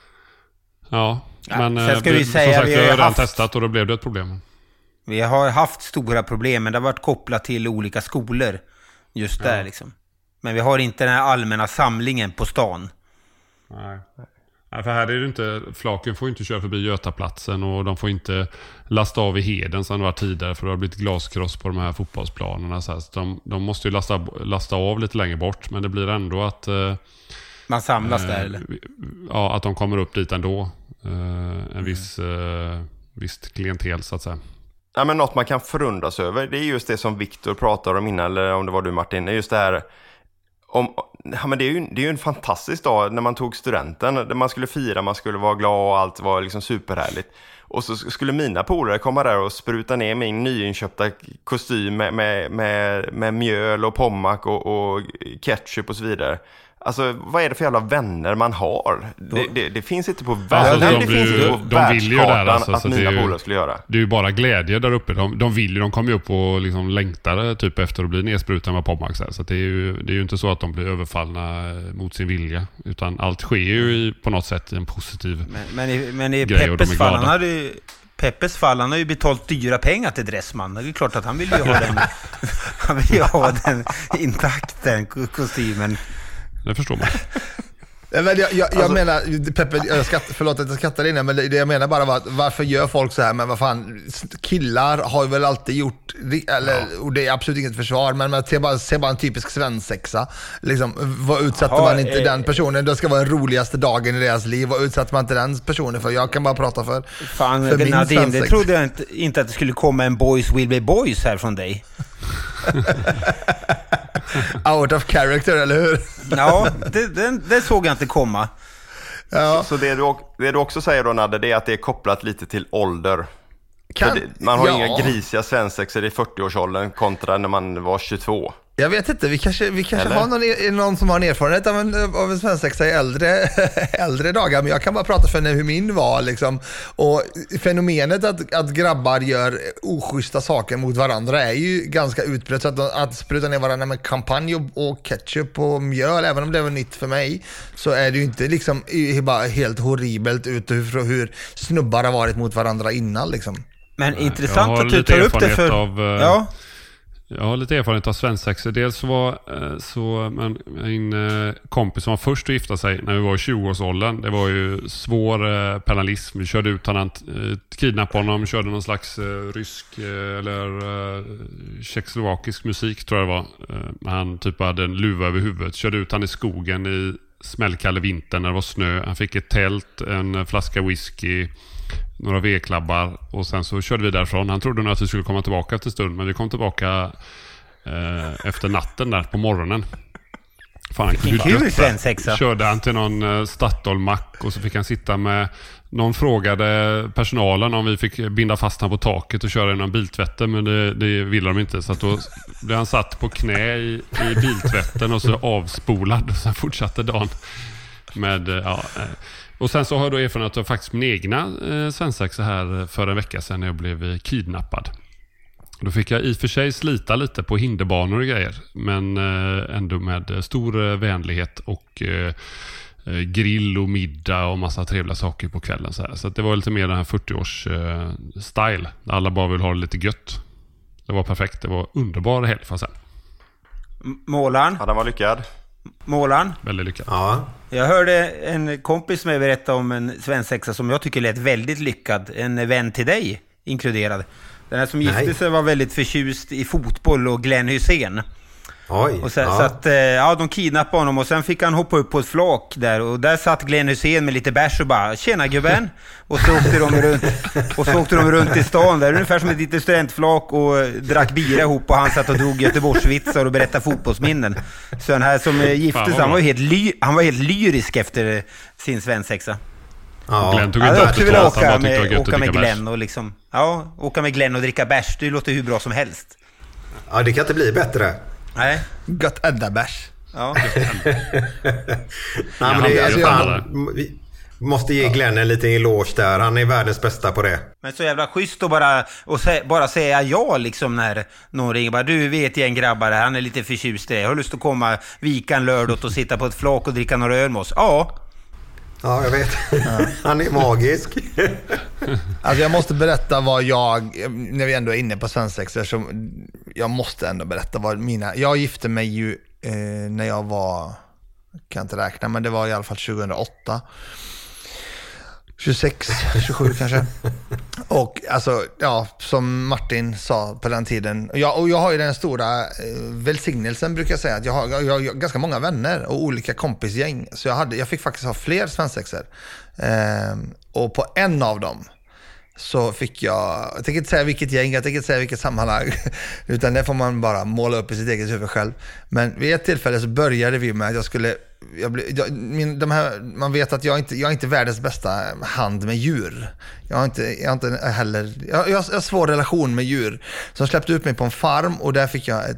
Ja, men sen ska vi säga, som sagt, vi har redan testat och då blev det ett problem. Vi har haft stora problem, men det har varit kopplat till olika skolor just där liksom. Men vi har inte den här allmänna samlingen på stan. Nej. Ja, för här är det inte, flaken får inte köra förbi Götaplatsen, och de får inte lasta av i Heden som det var tidigare, för det har blivit glaskross på de här fotbollsplanerna. Så de måste ju lasta av lite längre bort, men det blir ändå att man samlas där, eller? Ja, att de kommer upp dit ändå. En visst klientel, så att säga. Ja, men något man kan förundras över, det är just det som Viktor pratar om innan, eller om det var du, Martin, det är just det här men det är ju en fantastisk dag när man tog studenten, där man skulle fira, man skulle vara glad och allt var liksom superhärligt. Och så skulle mina polare komma där och spruta ner min nyinköpta kostym med mjöl och pommack och ketchup och så vidare. Alltså, vad är det för jävla vänner man har? Det finns inte på världen. Alltså, de vill ju där, alltså, att mina polare skulle göra. Det är ju bara glädje där uppe. De kommer ju upp och liksom längtar typ efter att bli nedsprutade med pommack. Så det är ju inte så att de blir överfallna mot sin vilja. Utan allt sker ju på något sätt i en positiv men i grej, Peppes fall, Peppes fall, han har ju betalt dyra pengar till Dressman. Det är klart att han vill ju ha den han vill ju ha den intakt, den kostymen. Det förstår man. Men jag menar, Peppe, förlåt att jag skrattar innan, men det jag menar bara var att varför gör folk så här? Men vad fan, killar har ju väl alltid gjort, eller, och det är absolut inget försvar, men man ser bara en typisk svensexa. Liksom, vad utsätter man inte den personen? Det ska vara den roligaste dagen i deras liv. Vad utsätter man inte den personen för? Jag kan bara prata för min Nadine, det trodde jag inte att det skulle komma en Boys Will Be Boys här från dig. Out of character, eller hur? Ja, det såg jag inte komma. Ja. Så det du också säger då, Nadde, det är att det är kopplat lite till ålder. Man har inga grisiga svensexor i 40-årsåldern kontra när man var 22. Jag vet inte, vi kanske har någon som har en erfarenhet av en svensexa i äldre dagar, men jag kan bara prata för hur min var liksom. Och fenomenet att grabbar gör oschyssta saker mot varandra är ju ganska utbrett, så att spruta ner varandra med champagne och ketchup och mjöl, även om det var nytt för mig, så är det ju inte liksom bara helt horribelt ut hur snubbar har varit mot varandra innan liksom. Men intressant att du tar upp det för... Ja. Jag har lite erfarenhet av svensexor. Dels så var min kompis som var först att gifta sig när vi var i 20-årsåldern. Det var ju svår penalism. Vi körde ut honom, kidnappade honom, körde någon slags rysk eller tjeckoslovakisk musik tror jag det var. Han typ hade en luva över huvudet. Körde ut han i skogen i smällkalle vintern när det var snö. Han fick ett tält, en flaska whisky, några vedklabbar och sen så körde vi därifrån. Han trodde nog att vi skulle komma tillbaka efter stund, men vi kom tillbaka efter natten där på morgonen. Fan, kul svensexa. Körde han till någon Statoil-mack och så fick han sitta med någon, frågade personalen om vi fick binda fast han på taket och köra i någon biltvätten, men det ville de inte, så att då blev han satt på knä i biltvätten och så avspolad och sen fortsatte dagen med och sen så har jag då erfarenhet av faktiskt min egna svensexa här för en vecka sedan när jag blev kidnappad. Då fick jag i och för sig slita lite på hinderbanor och grejer, men ändå med stor vänlighet och grill och middag och massa trevliga saker på kvällen. Så att det var lite mer den här 40-års-style. Alla bara vill ha det lite gött. Det var perfekt. Det var underbar helg för sig. Målaren? Ja, den var lyckad. Målaren? Väldigt lyckad. Ja. Jag hörde en kompis med berätta om en svensexa som jag tycker lät väldigt lyckad. En vän till dig inkluderad. Den här som gifte sig var väldigt förtjust i fotboll och Glenn Hysén. Oj, och så att de kidnappade honom och sen fick han hoppa upp på ett flak där och där satt Glenn Hysén med lite bärs och bara tjena gubben, och så åkte de runt i stan där ungefär som ett litet studentflak och drack bira ihop, och han satt och drog Göteborgsvitsar och berättade fotbollsminnen. Så den här som gifte sig, han var helt lyrisk efter sin svensexa. Ja. Glenn tog jag också vilja åka med Glenn bärs. Och liksom, åka med Glenn och dricka bärs, det låter hur bra som helst. Ja, det kan inte bli bättre. Nej. Gott ända bärs. Ja. Nej, men det är fan, vi måste ge Glenn en liten eloge där. Han är världens bästa på det. Men så jävla schysst att bara säga ja liksom när någon ringer. Bara, du vet en grabbar här, han är lite förtjust i det. Jag har lust att komma vikan lördag och sitta på ett flak och dricka några öl med oss. Ja. Ja, jag vet. Han är magisk. Alltså jag måste berätta vad när vi ändå är inne på svensexor, så jag måste ändå berätta vad jag gifte mig ju när jag var, kan inte räkna, men det var i alla fall 2008. 26, 27 kanske. Och alltså, som Martin sa på den tiden, och jag har ju den stora välsignelsen, brukar jag säga, att jag har ganska många vänner och olika kompisgäng, så jag fick faktiskt ha fler svensexor. Och på en av dem så fick jag tänker inte säga vilket gäng, jag tänker inte säga vilket sammanhang, utan det får man bara måla upp i sitt eget huvud själv. Men vid ett tillfälle så började vi med att man vet att jag är inte världens bästa hand med djur. Jag har svår relation med djur. Så jag släppte ut mig på en farm, och där fick jag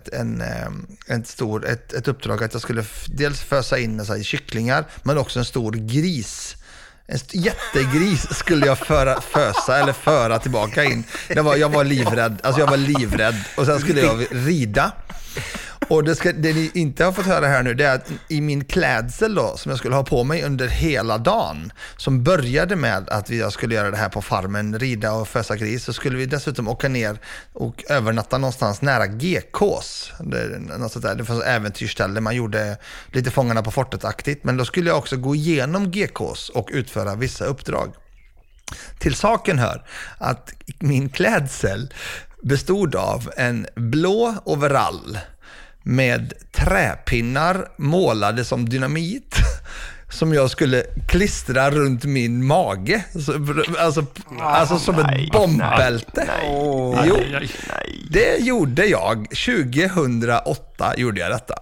ett uppdrag att jag skulle dels fösa in så här, kycklingar, men också en stor gris. En jättegris skulle jag föra tillbaka in. Jag var livrädd. Och sen skulle jag rida. Och det ni inte har fått höra här nu, det är att i min klädsel då, som jag skulle ha på mig under hela dagen, som började med att jag skulle göra det här på farmen, rida och fösa gris, så skulle vi dessutom åka ner och övernatta någonstans nära GKs. Det fanns äventyrsställe, man gjorde lite Fångarna på fortet-aktigt, men då skulle jag också gå igenom GKs och utföra vissa uppdrag. Till saken hör att min klädsel bestod av en blå overall med träpinnar målade som dynamit som jag skulle klistra runt min mage. Alltså som ett bombbälte. Jo, det gjorde jag. 2008 gjorde jag detta.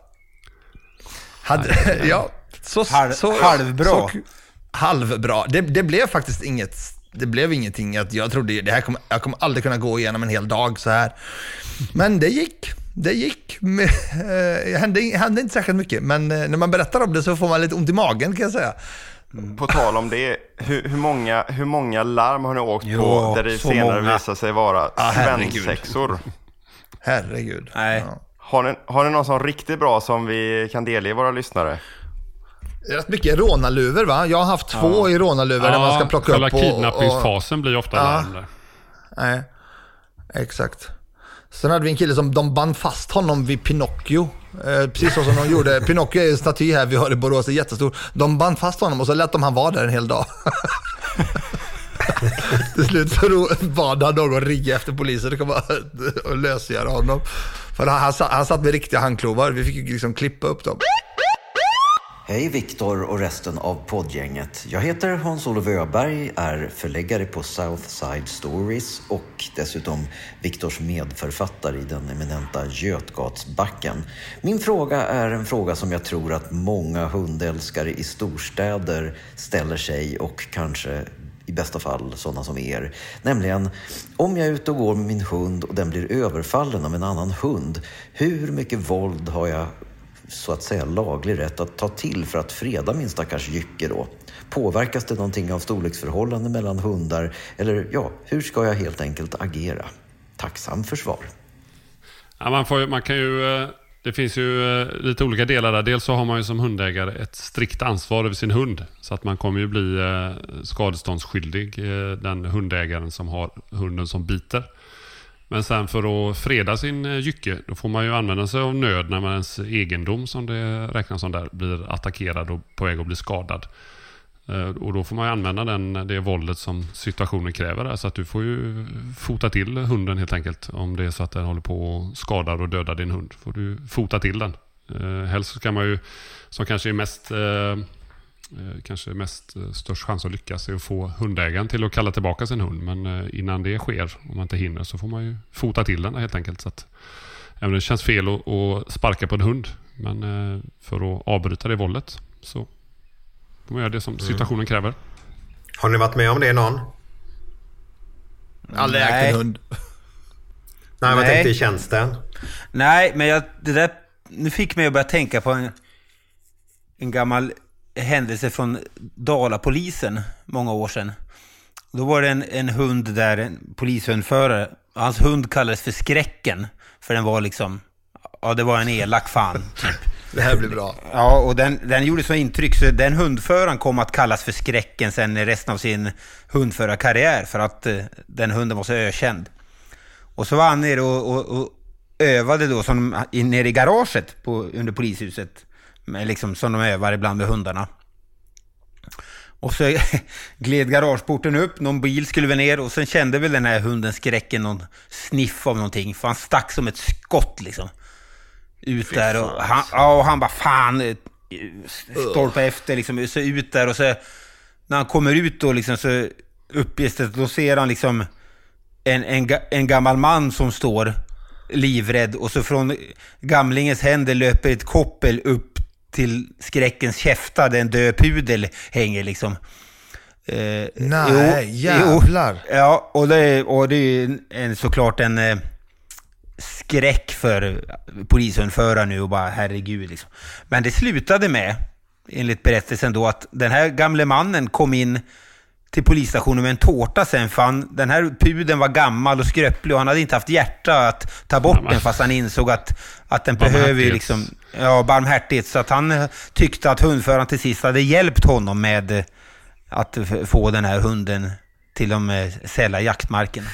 Halvbra. Halvbra. Det blev faktiskt inget det blev ingenting. Jag trodde jag kommer aldrig kunna gå igenom en hel dag så här. Men det gick. Det hände inte särskilt mycket, men när man berättar om det så får man lite ont i magen, kan jag säga. På tal om det, hur många larm har ni åkt på där det senare visar sig vara svensexor? Herregud. Nej. Ja. Har ni någon sån riktigt bra som vi kan delge våra lyssnare? Rätt mycket rånarluvor, va? Jag har haft 2 i rånarluvor där man ska plocka upp. Själva kidnappningsfasen blir ofta larm där. Nej, exakt. Sen hade vi en kille som de band fast honom vid Pinocchio. Precis så som de gjorde. Pinocchio är en staty här vi har i Borås, det är jättestor. De band fast honom och så lät de han vara där en hel dag. Till slut så bad han någon ringa efter polisen och komma och lösgöra honom. För han satt med riktiga handklovar. Vi fick ju liksom klippa upp dem. Hej Viktor och resten av poddgänget. Jag heter Hans-Olof Öberg, är förläggare på Southside Stories och dessutom Viktors medförfattare i den eminenta Götgatsbacken. Min fråga är en fråga som jag tror att många hundälskare i storstäder ställer sig och kanske i bästa fall sådana som er. Nämligen, om jag är ute och går med min hund och den blir överfallen av en annan hund, hur mycket våld har jag så att säga laglig rätt att ta till för att freda min stackars jycke då? Påverkas det någonting av storleksförhållanden mellan hundar? Eller ja, hur ska jag helt enkelt agera? Tacksam för svar. Ja, man kan ju, det finns ju lite olika delar där. Dels så har man ju som hundägare ett strikt ansvar över sin hund. Så att man kommer ju bli skadeståndsskyldig, den hundägaren som har hunden som biter. Men sen för att freda sin jycke, då får man ju använda sig av nöd när man ens egendom, som det räknas som där, blir attackerad och på väg att bli skadad. Och då får man ju använda det våldet som situationen kräver där. Så att du får ju fota till hunden helt enkelt. Om det är så att den håller på och skadar och dödar din hund, får du fota till den. Helst så kan man ju, som kanske är störst chans att lyckas är att få hundägaren till att kalla tillbaka sin hund. Men innan det sker, om man inte hinner, så får man ju fota till den helt enkelt. Så att, även det känns fel att sparka på en hund, men för att avbryta det våldet så får man göra det som situationen kräver. Har ni varit med om det någon? Aldrig ägt en hund. Nej, vad tänkte i tjänsten? Nej, men det där nu fick mig att börja tänka på en gammal händelse från Dalapolisen många år sedan. Då var det en hund där, en polishundförare. Hans hund kallades för Skräcken, för den var liksom, ja, det var en elak fan typ. Det här blir bra. Ja, och den gjorde så intryck så den hundföraren kom att kallas för Skräcken sen resten av sin hundförarkarriär, för att den hunden var så ökänd. Och så var han nere och övade då nere i garaget under polishuset, med liksom, som de övar ibland med hundarna. Och så gled garageporten upp, någon bil skulle väl ner, och sen kände väl den här hunden Skräcken någon sniff av någonting, för han stack som ett skott liksom ut där, och han bara fan stolpa efter liksom, så ut där, och så när han kommer ut då liksom, så uppgästet, då ser han liksom en gammal man som står livrädd, och så från gamlingens händer löper ett koppel upp till Skräckens käftar där en död pudel hänger liksom. Nej, jävlar. Ja, och det är såklart en skräck för polishundföraren nu, och bara herregud liksom. Men det slutade med, enligt berättelsen då, att den här gamle mannen kom in till polisstationen med en tårta sen, för den här pudeln var gammal och skröplig och han hade inte haft hjärta att ta bort den, fast han insåg att den behöver liksom, barmhärtighet, så att han tyckte att hundföraren till sist hade hjälpt honom med att få den här hunden till de sälla jaktmarkerna.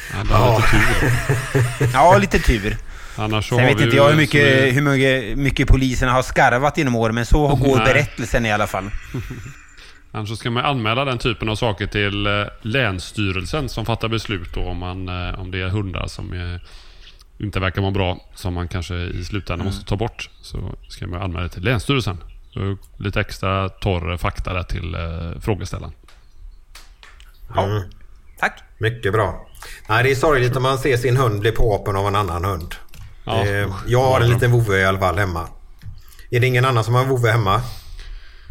Ja, lite tur. Annars så sen vet inte jag hur mycket poliserna har skarvat inom år, men så går berättelsen i alla fall. Annars så ska man anmäla den typen av saker till länsstyrelsen som fattar beslut då, om det är hundar som inte verkar må bra, som man kanske i slutändan måste ta bort, så ska man anmäla det till länsstyrelsen. Så lite extra torr fakta där till frågeställaren. Ja. Tack. Mycket bra. Nej, det är sorgligt om man ser sin hund bli påhoppen av en annan hund. Ja, jag har en liten vovve i alla fall hemma. Är det ingen annan som har en vovve hemma?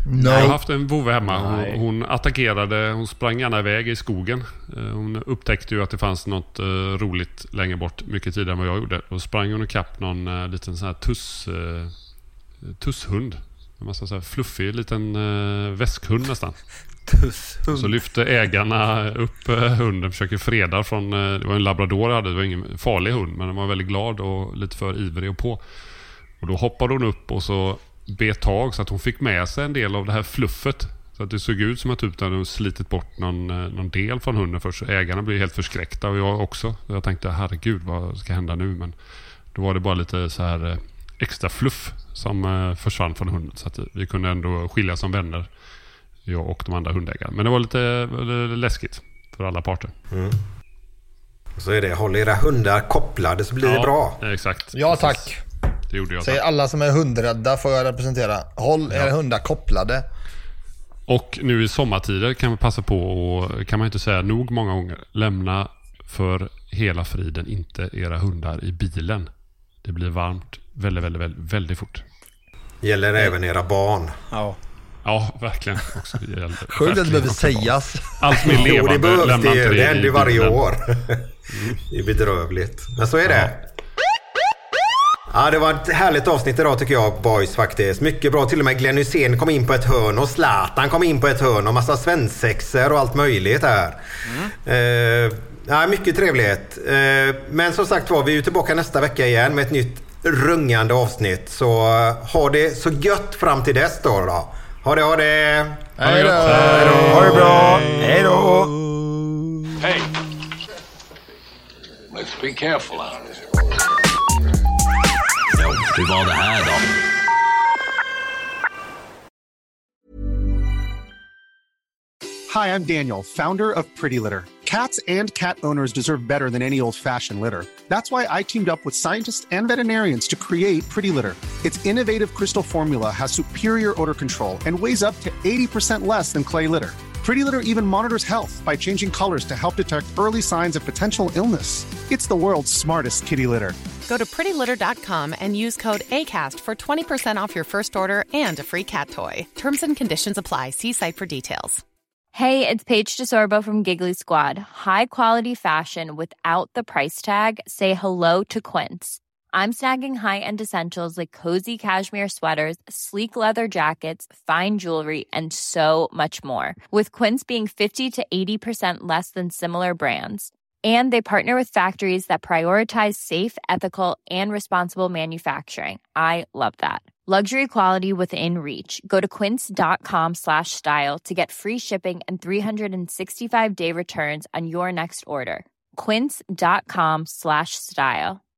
No. Jag har haft en vovve hemma. Hon attackerade, hon sprang gärna iväg i skogen. Hon upptäckte ju att det fanns något roligt längre bort mycket tidigare än vad jag gjorde. Då sprang hon ikapp någon liten sån här tusshund. En massa så här fluffig liten väskhund nästan. Så lyfte ägarna upp hunden, försöker freda från, det var en labrador jag hade, det var ingen farlig hund, men den var väldigt glad och lite för ivrig och på. Och då hoppade hon upp och så bet tag så att hon fick med sig en del av det här fluffet. Så att det såg ut som att typ hade slitit bort någon del från hunden först. Ägarna blev helt förskräckta och jag också. Så jag tänkte, herregud, vad ska hända nu? Men då var det bara lite så här extra fluff som försvann från hunden. Så att vi kunde ändå skilja som vänner, jag och de andra hundägarna. Men det var lite läskigt för alla parter. Så är det, håll era hundar kopplade så blir det bra. Exakt. Ja, tack. Det gjorde jag. Säger alla som är hundrädda får jag representera. Håll era hundar kopplade. Och nu i sommartider kan vi passa på, och kan man inte säga nog många gånger, lämna för hela friden inte era hundar i bilen. Det blir varmt väldigt fort. Gäller även era barn. Ja, verkligen. Sjukt att det behöver sägas. Allt som är levande, det behövs det ju. Det händer ju varje år. Det är bedrövligt. Men så är det. Ja, det var ett härligt avsnitt idag tycker jag, boys, faktiskt. Mycket bra. Till och med Glenn Hysén kom in på ett hörn och Zlatan kom in på ett hörn och massa svensexer och allt möjligt här. Ja, mycket trevligt. Men som sagt var, vi är ju tillbaka nästa vecka igen med ett nytt rungande avsnitt. Så ha det så gött fram till dess då. Ha det. Hej då. Ha det bra. Hej då. Hey. Let's be careful out there. Hur var det här då? Hi, I'm Daniel, founder of Pretty Litter. Cats and cat owners deserve better than any old-fashioned litter. That's why I teamed up with scientists and veterinarians to create Pretty Litter. Its innovative crystal formula has superior odor control and weighs up to 80% less than clay litter. Pretty Litter even monitors health by changing colors to help detect early signs of potential illness. It's the world's smartest kitty litter. Go to prettylitter.com and use code ACAST for 20% off your first order and a free cat toy. Terms and conditions apply. See site for details. Hey, it's Paige DeSorbo from Giggly Squad. High quality fashion without the price tag. Say hello to Quince. I'm snagging high-end essentials like cozy cashmere sweaters, sleek leather jackets, fine jewelry, and so much more. With Quince being 50 to 80% less than similar brands. And they partner with factories that prioritize safe, ethical, and responsible manufacturing. I love that. Luxury quality within reach. Go to quince.com/style to get free shipping and 365-day returns on your next order. Quince.com/style.